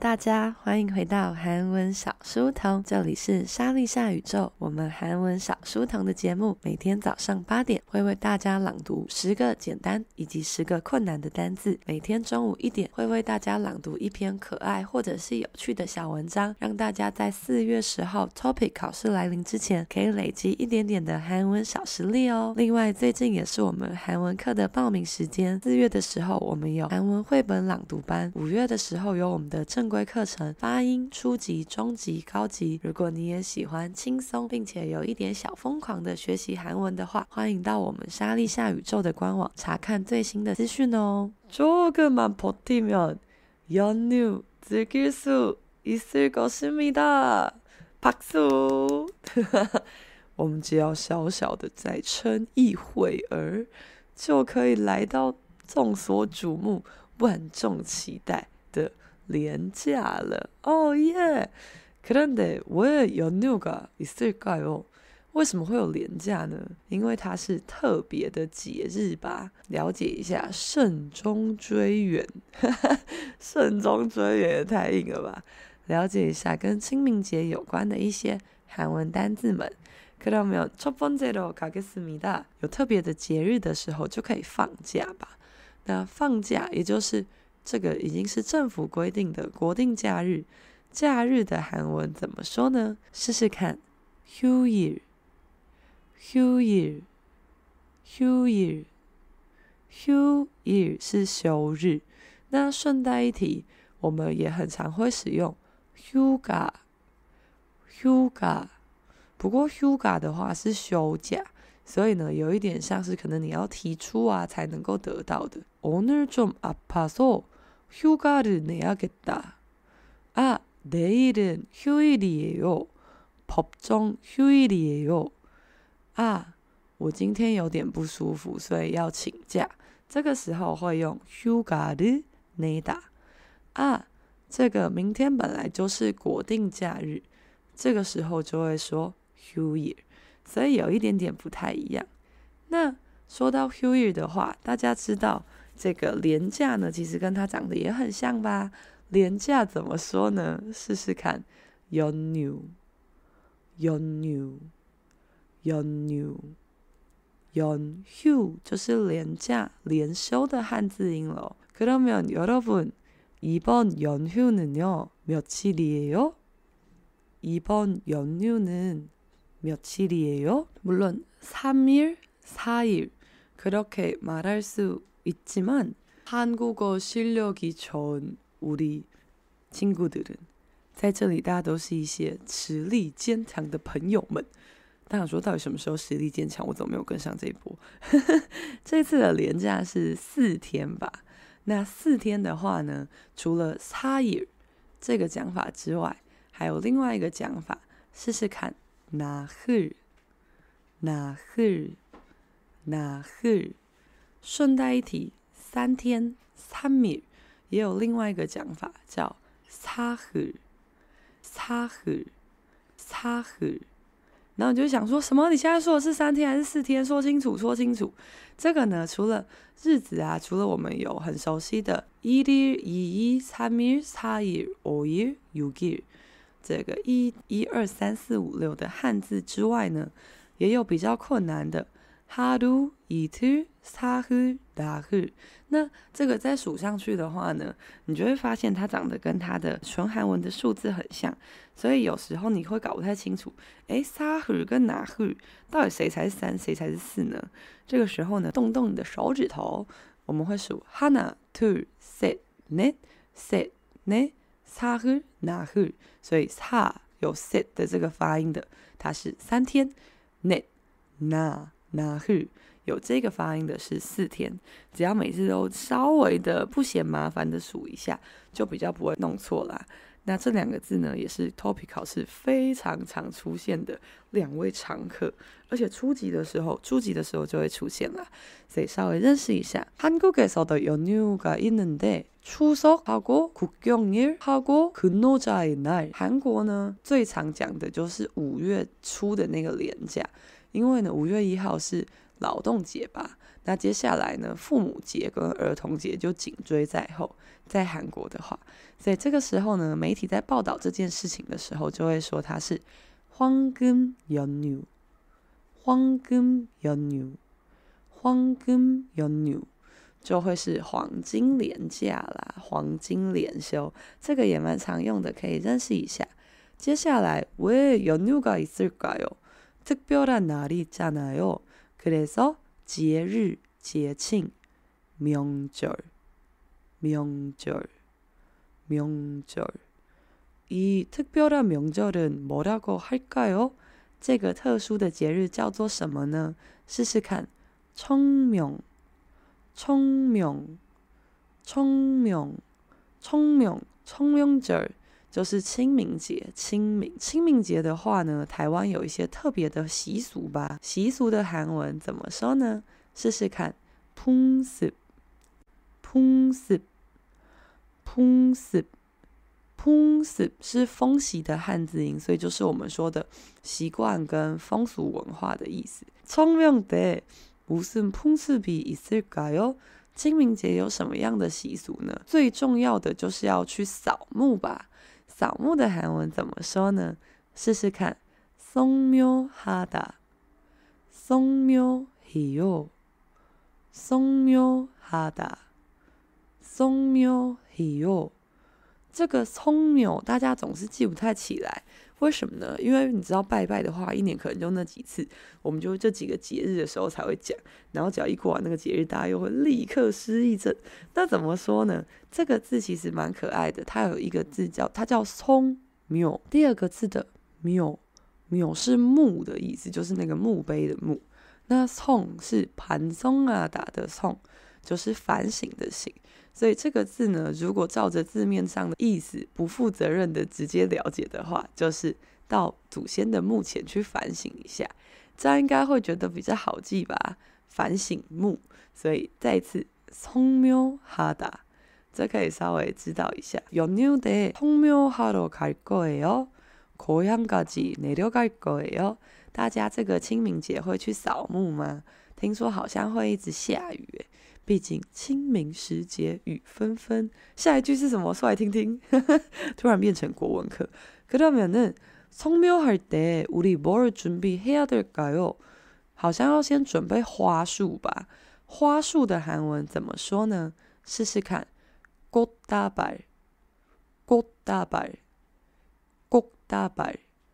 大家，欢迎回到韩文小书童，这里是莎莉夏宇宙。我们韩文小书童的节目每天早上8点会为大家朗读10个简单以及10个困难的单字，每天中午1点会为大家朗读一篇可爱或者是有趣的小文章，让大家在4月10号 TOPIK 考试来临之前可以累积一点点的韩文小实力哦。另外最近也是我们韩文课的报名时间，4月的时候我们有韩文绘本朗读班，5月的时候有我们的正规课程发音初级、中级、高级。如果你也喜欢轻松并且有一点小疯狂的学习韩文的话，欢迎到我们莎莉夏宇宙的官网查看最新的资讯哦。조금만 버티면 연휴 즐길 수 있을 것입니다. 박수! 我们只要小小的再撑一会儿，就可以来到众所瞩目、万众期待的连假了。哦耶！그런데 왜 연휴가 있을까요？为什么会有连假呢？因为它是特别的节日吧。了解一下，慎终追远。慎终追远也太硬了吧。了解一下跟清明节有关的一些韩文单字们。그러면 첫 번째로 가겠습니다. 有特别的节日的时候就可以放假吧。那放假也就是这个已经是政府规定的国定假日，假日的韩文怎么说呢？试试看。휴일 휴일 휴일 휴일是休日。那顺带一提，我们也很常会使用휴가 휴가。不过 휴가 的话是休假，所以呢有一点像是可能你要提出啊才能够得到的。오늘 좀 아파서 휴가를 내야겠다. 아, 내일은 휴일이에요. 법정 휴일이에요. 아, 我今天有点不舒服，所以要请假。这个时候会用 휴가를 내다. 아, 这个明天本来就是国定假日，这个时候就会说휴일，所以有一点点不太一样。那说到휴일的话，大家知道这个连假呢，其实跟它长得也很像吧？连假怎么说呢？试试看，연휴，연휴，연휴，연휴就是连假、连休的汉字音咯。그러면 여러분 이번 연휴는요 며칠이에요? 이번 연휴는 며칠이에요? 물론 3일, 4일 그렇게 말할 수 있지만 한국어 실력이 좋은 우리 친구들은 在这里大家都是一些实力坚强的朋友们。大家说到底什么时候实力坚强？我怎么没有跟上这一波？这次的连假是4天吧。那4天的话呢，除了 4일 这个讲法之外，还有另外一个讲法，试试看。나흘 나흘 나흘顺带一提，3天3일也有另外一个讲法叫사흘 사흘 사흘。然后你就想说什么？你现在说的是3天还是4天？说清楚，说清楚。这个呢，除了日子啊，除了我们有很熟悉的1일、2일、3일、4일、5일、6일这个1、2、3、4、5、6的汉字之外呢，也有比较困难的하루、이틀、사흘、나흘。那这个再数上去的话呢，你就会发现它长得跟它的纯韩文的数字很像，所以有时候你会搞不太清楚，사흘跟나흘到底谁才是3，谁才是4呢？这个时候呢，动动你的手指头，我们会数하나、둘、셋、넷、셋、넷、사흘、나흘。所以 사有 set 的这个发音的，它是3天。넷、나흘有这个发音的是4天。只要每次都稍微的不嫌麻烦的数一下，就比较不会弄错啦。那这2个字呢，也是 TOPIK 考试非常常出现的2位常客，而且初级的时候就会出现啦，所以稍微认识一下。한국에서도 연휴가 있는데 추석하고 국경일하고 근로자의 날。韩国呢最常讲的就是5月初的那个连假，因为呢5月1号是劳动节吧。那接下来呢，父母节跟儿童节就紧追在后，在韩国的话，所以这个时候呢，媒体在报道这件事情的时候，就会说它是황금 연휴， 황금 연휴， 황금 연휴， 就会是黄金连假啦，黄金连休，这个也蛮常用的，可以认识一下。接下来왜 연휴가 있을까요？ 특별한 날이 있잖아요. 그래서节日节庆명절 명절 명절 이 특별한 명절은 뭐라고 할까요? 这个特殊的节日叫做什么呢？试试看，청명 청명 청명 청명 청명절就是清明节，清明节的话呢，台湾有一些特别的习俗吧。习俗的韩文怎么说呢？试试看，풍습 풍습 풍습 풍습是风习的汉字音，所以就是我们说的习惯跟风俗文化的意思。청명 때 무슨 풍습이 있을까요？ 清明节有什么样的习俗呢？最重要的就是要去扫墓吧。扫墓的韩文怎么说呢？试试看，성묘하다 성묘해요 성묘하다 성묘해요。这个성묘大家总是记不太起来，为什么呢？因为你知道拜拜的话，一年可能就那几次，我们就这几个节日的时候才会讲，然后只要一过完那个节日，大家又会立刻失忆症。那怎么说呢？这个字其实蛮可爱的，它有一个字它叫성묘，第二个字的묘，묘是墓的意思，就是那个墓碑的墓。那성是반성하다的성，就是反省的省。所以这个字呢，如果照着字面上的意思不负责任的直接了解的话，就是到祖先的墓前去反省一下，这样应该会觉得比较好记吧。反省墓，所以再次성묘하다，这可以稍微知道一下。연휴 때 성묘하러 갈 거예요。 고향까지 내려갈 거예요。 大家这个清明节会去扫墓吗？听说好像会一直下雨耶，毕竟清明时节雨纷纷。下一句是什么？说来听听。突然变成国文课。그러면은 성묘할 때 우리 뭘 준비해야 될까요？ 好像要先准备花束吧。花束的韩文怎么说呢？试试看，꽃다발 꽃다발 꽃다발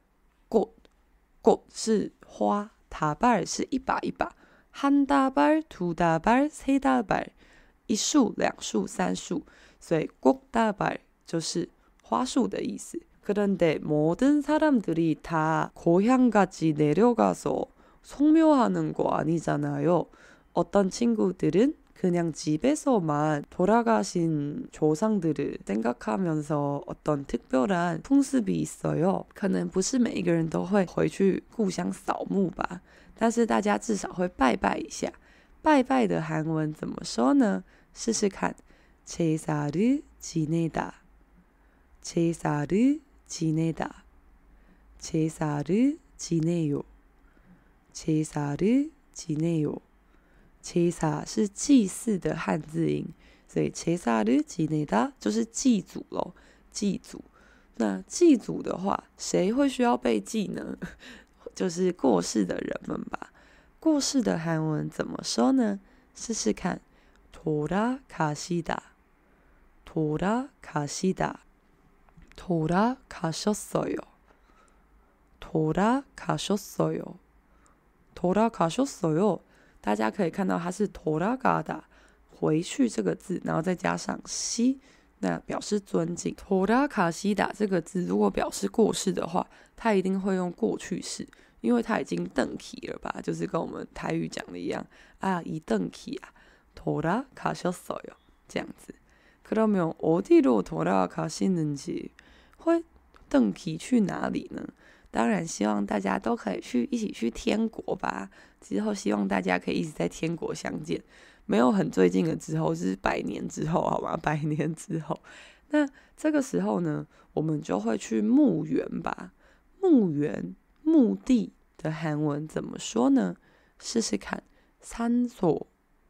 꽃是花，다발是一把一把。한 다발, 두 다발, 세 다발， 一束、两束、三束，所以꽃다발就是花束的意思。그런데 모든 사람들이 다 고향까지 내려가서 성묘하는 거 아니잖아요. 어떤 친구들은 그냥 집에서만 돌아가신 조상들을 생각하면서 어떤 특별한 풍습이 있어요. 可能不是每一个人都会回去故乡扫墓吧。但是大家至少会拜拜一下。拜拜的韩文怎么说呢？试试看，제사를 지내다， 제사를 지내다， 제사를 지내요， 제사를 지내요。 제사是祭祀的汉字音，所以제사를 지내다就是祭祖咯，祭祖。那祭祖的话，谁会需要被祭呢？就是过世的人们吧。过世的韩文怎么说呢？试试看，돌아가시다， 돌아가시다， 돌아가셨어요， 돌아가셨어요， 돌아가셨어요。 大家可以看到它是돌아가다，回去这个字，然后再加上西，那表示尊敬。돌아가시다这个字如果表示过世的话，它一定会用过去式，因为它已经登起了吧，就是跟我们台语讲的一样啊，已登起啊，돌아가셨어요这样子。그러면 어디로 돌아가시는지， 会登起去哪里呢？当然希望大家都可以一起去天国吧。之后希望大家可以一直在天国相见，没有很最近的之后，是100年之后，好吗？100年之后，那这个时候呢，我们就会去墓园吧。墓园、墓地的韩文怎么说呢？试试看， 산소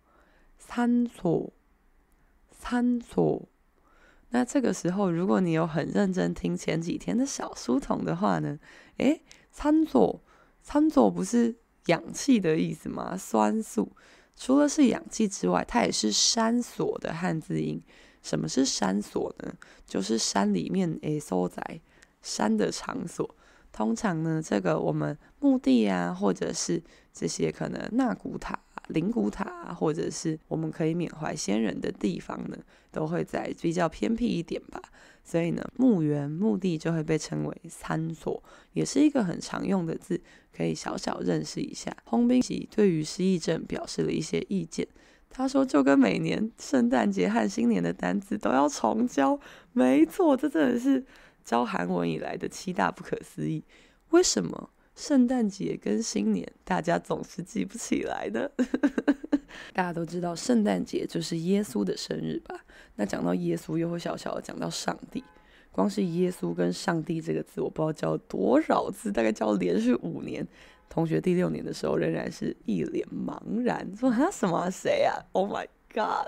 산소 산소。那这个时候如果你有很认真听前几天的小书童的话呢，산소不是氧气的意思吗？酸素除了是氧气之外，它也是山所的汉字音。什么是山所呢？就是山里面所在，山的场所。通常呢，这个我们墓地啊，或者是这些可能纳古塔、灵骨塔，或者是我们可以缅怀先人的地方呢，都会在比较偏僻一点吧。所以呢，墓园、墓地就会被称为山所，也是一个很常用的字，可以小小认识一下。洪斌喜对于失忆症表示了一些意见。他说就跟每年圣诞节和新年的单字都要重教，没错，这真的是教韩文以来的7大不可思议。为什么圣诞节跟新年大家总是记不起来呢？大家都知道圣诞节就是耶稣的生日吧，那讲到耶稣又会小小的讲到上帝，光是耶稣跟上帝这个字我不知道教多少次，大概教连续5年。同学第6年的时候仍然是一脸茫然，说什么谁啊 Oh my god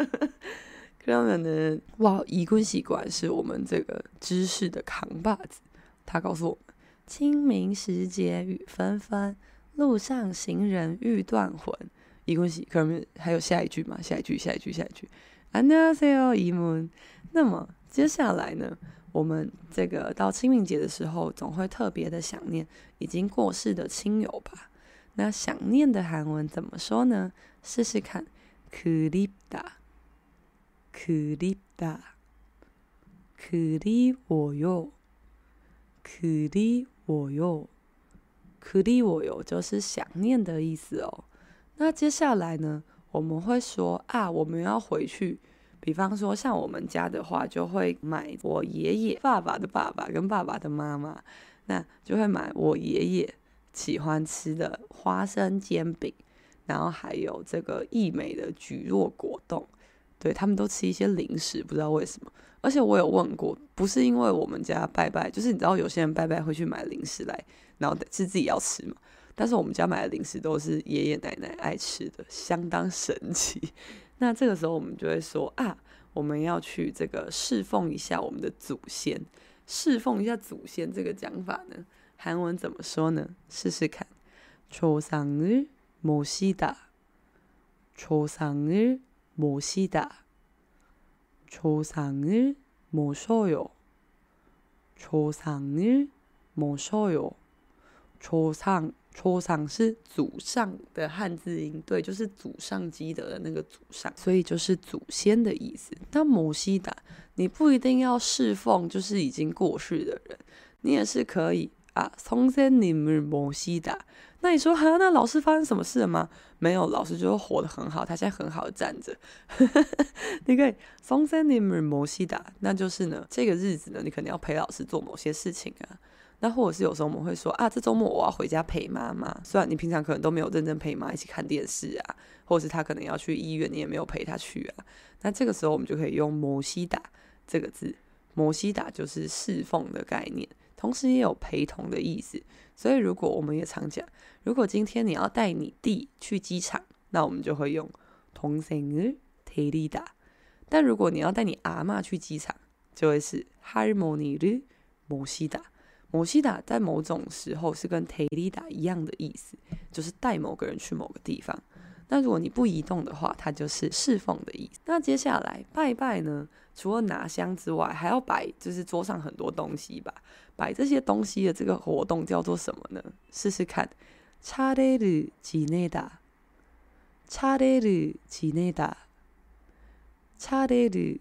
그러면은哇，이군习惯是我们这个知识的扛把子。他告诉我们，清明时节雨纷纷，路上行人欲断魂。이군习그러면还有下一句吗？下一句안녕하세요 이문。那么接下来呢，我们这个到清明节的时候，总会特别的想念已经过世的亲友吧。那想念的韩文怎么说呢？试试看，그립다，그리워요，그리워요，그리워요就是想念的意思哦。那接下来呢，我们会说我们要回去。比方说像我们家的话，就会买我爷爷爸爸的爸爸跟爸爸的妈妈，那就会买我爷爷喜欢吃的花生煎饼，然后还有这个益美的蒟蒻果冻。对，他们都吃一些零食，不知道为什么。而且我有问过，不是因为我们家拜拜，就是你知道有些人拜拜会去买零食来，然后是自己要吃嘛。但是我们家买的零食都是爷爷奶奶爱吃的，相当神奇。那这个时候我们就会说我们要去这个侍奉一下我们的祖先。侍奉一下祖先这个讲法呢，韩文怎么说呢？试试看，조상을 모시다，조상을 모시다，조상을 모셔요，조상을 모셔요。조상是祖上的汉字音，对，就是祖上积德的那个祖上，所以就是祖先的意思。那摩西达，你不一定要侍奉就是已经过世的人，你也是可以선생님을 모시다。那你说那老师发生什么事了吗？没有，老师就活得很好，他现在很好的站着。你可以선생님을 모시다，那就是呢，这个日子呢，你可能要陪老师做某些事情啊。那或者是有时候我们会说这周末我要回家陪妈妈，虽然你平常可能都没有认真陪妈一起看电视啊，或者是她可能要去医院，你也没有陪她去啊。那这个时候我们就可以用摩西达这个字，摩西达就是侍奉的概念，同时也有陪同的意思。所以如果我们也常讲，如果今天你要带你弟去机场，那我们就会用동생을 데리다。但如果你要带你阿嬷去机场，就会是할머니를 모시다。摩西达在某种时候是跟데리다一样的意思，就是带某个人去某个地方。那如果你不移动的话，它就是侍奉的意思。那接下来拜拜呢，除了拿香之外，還要擺就是桌上很多東西吧。擺這些東西的這個活動叫做什麼呢？試試看，차례를 지내다，차례를 지내다，차례를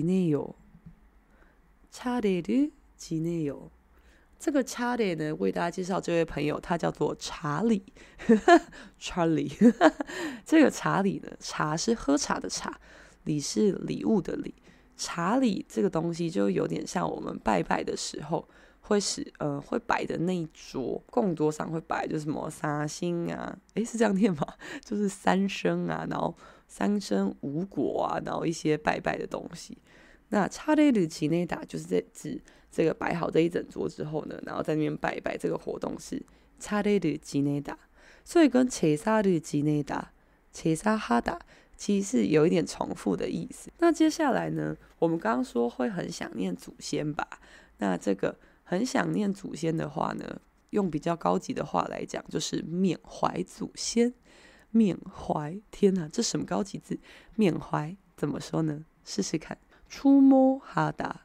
지내요，차례를 지내요。这个查理呢，为大家介绍这位朋友，他叫做查理。查理，这个查理呢，茶是喝茶的茶，礼是礼物的礼。查理这个东西就有点像我们拜拜的时候会摆的那一桌，供桌上会摆就是什么三星啊，是这样念吗？就是三生啊，然后三生五果啊，然后一些拜拜的东西。那차례를 지내다就是在指这个摆好这一整桌之后呢，然后在那边拜拜，这个活动是차례를 지내다。所以跟제사를 지내다 제사하다其实是有一点重复的意思。那接下来呢，我们刚刚说会很想念祖先吧，那这个很想念祖先的话呢，用比较高级的话来讲就是缅怀祖先。缅怀，天哪，这什么高级字？缅怀怎么说呢？试试看。추모하다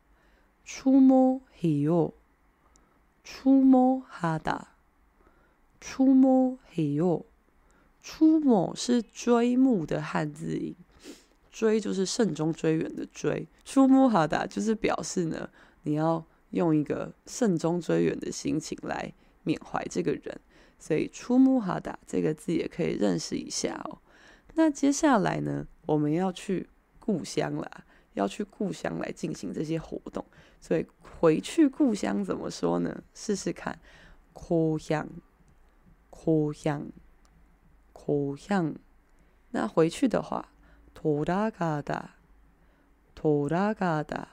추모해요 추모하다 추모해요出没是追慕的汉字音，追就是慎终追远的追，出没哈达就是表示呢，你要用一个慎终追远的心情来缅怀这个人，所以出没哈达这个字也可以认识一下哦。那接下来呢，我们要去故乡啦，要去故乡来进行这些活动，所以回去故乡怎么说呢？试试看，고향 고향 고향。那回去的话，돌아가다 돌아가다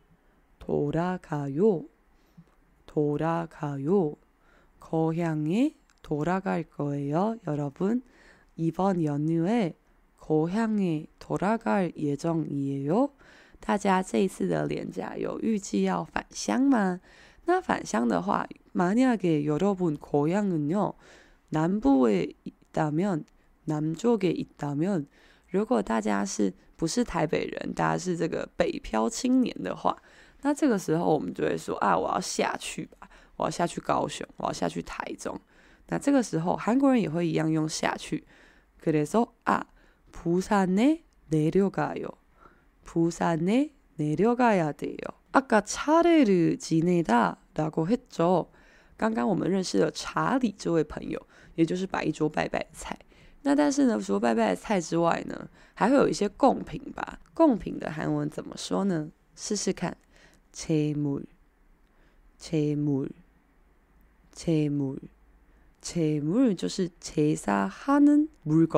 돌아가요 돌아가요 고향에 돌아갈 거예요, 여러분. 이번 연휴에 고향에 돌아갈 예정이에요. 大家这一次的连假有预计要返乡吗？那返乡的话，만약에 여러분 고향은요 남부에 있다면 남쪽에 있다면 如果大家是不是台北人，大家是这个北漂青年的话，那这个时候我们就会说啊，我要下去吧，我要下去高雄，我要下去台中。那这个时候韩国人也会一样用下去。그래서 부산에 내려가요. 부산에 내려가야 돼요. 아까 차례를 지내다라고 했죠. 刚刚我们认识了查理这位朋友，也就是摆一桌拜拜的菜。那但是呢，除了拜拜的菜之外呢，还会有一些贡品吧。贡品的韩文怎么说呢？试试看，채물，채물，채물，채물就是제사하는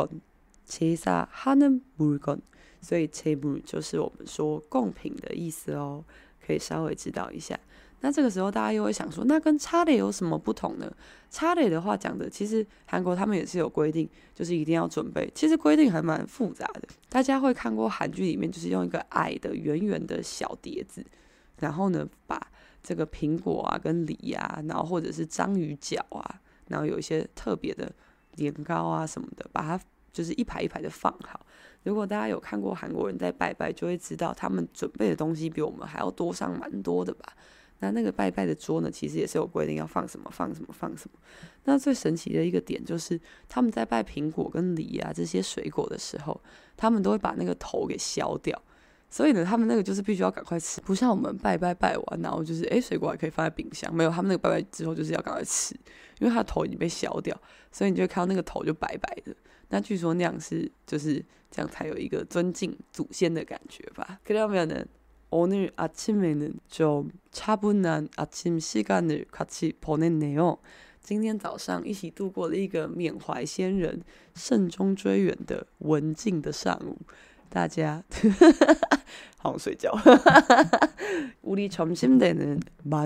물건，제사하는 물건，所以채물就是我们说贡品的意思哦，可以稍微知道一下。那这个时候大家又会想说，那跟차례有什么不同呢？차례的话讲的，其实韩国他们也是有规定，就是一定要准备。其实规定还蛮复杂的。大家会看过韩剧里面，就是用一个矮的圆圆的小碟子，然后呢把这个苹果啊跟梨啊，然后或者是章鱼脚啊，然后有一些特别的年糕啊什么的，把它就是一排一排的放好。如果大家有看过韩国人在拜拜，就会知道他们准备的东西比我们还要多上蛮多的吧。那个拜拜的桌呢，其实也是有规定要放什么放什么放什么。那最神奇的一个点就是，他们在拜苹果跟梨啊这些水果的时候，他们都会把那个头给削掉。所以呢，他们那个就是必须要赶快吃，不像我们拜完，然后就是水果还可以放在冰箱，没有，他们那个拜拜之后就是要赶快吃，因为它的头已经被削掉，所以你就会看到那个头就白白的。那据说那样是就是这样才有一个尊敬祖先的感觉吧。그러면은오늘 아침에는 좀 차분한 아침 시간을 같이 보냈네요. 今天早上一起度过了一个缅怀先人、慎终追远的文静的上午。大家好想睡觉。우리 점심때는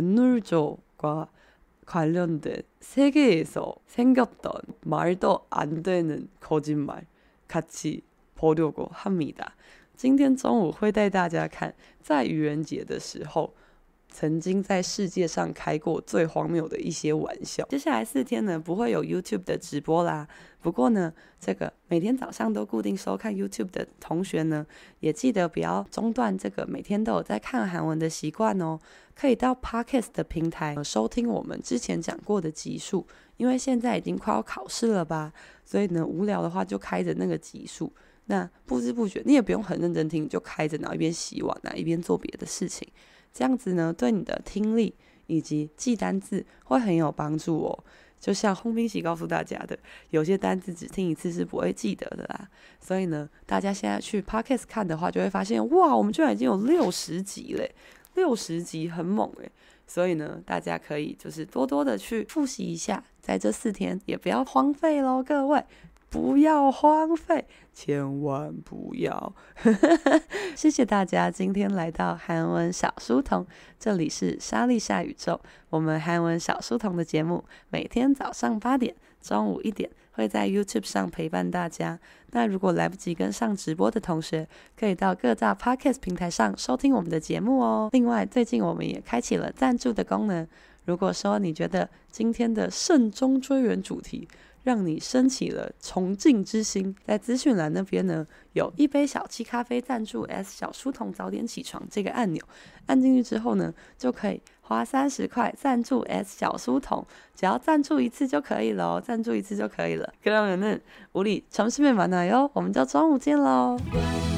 만물조과 관련된 세계에서 생겼던 말도 안 되는 거짓말 같이 보려고 합니다. 今天中午会带大家看，在愚人节的时候，曾经在世界上开过最荒谬的一些玩笑。接下来4天呢，不会有 YouTube 的直播啦。不过呢，这个每天早上都固定收看 YouTube 的同学呢，也记得不要中断这个每天都有在看韩文的习惯哦。可以到 Podcast 的平台收听我们之前讲过的集数，因为现在已经快要考试了吧，所以呢，无聊的话就开着那个集数。那不知不觉你也不用很认真听，就开着，然后一边洗碗啊，一边做别的事情，这样子呢，对你的听力以及记单字会很有帮助哦。就像烘冰喜告诉大家的，有些单字只听一次是不会记得的啦。所以呢，大家现在去 Podcast 看的话，就会发现哇，我们居然已经有60集嘞，60集很猛诶。所以呢，大家可以就是多多的去复习一下，在这4天也不要荒废咯，各位。 不要荒废，千万不要。谢谢大家今天来到韩文小书童，这里是莎莉夏宇宙。我们韩文小书童的节目每天早上8点、中午1点会在 YouTube 上陪伴大家。那如果来不及跟上直播的同学，可以到各大 Podcast 平台上收听我们的节目哦。另外，最近我们也开启了赞助的功能。如果说你觉得今天的慎终追远主题让你升起了崇敬之心，在资讯栏那边呢，有一杯小七咖啡赞助 S 小书童早点起床这个按钮，按进去之后呢，就可以花30块赞助 S 小书童，只要赞助一次就可以了，赞助一次就可以了。그러면은 우리 점심에 만나요。我们就中午见喽。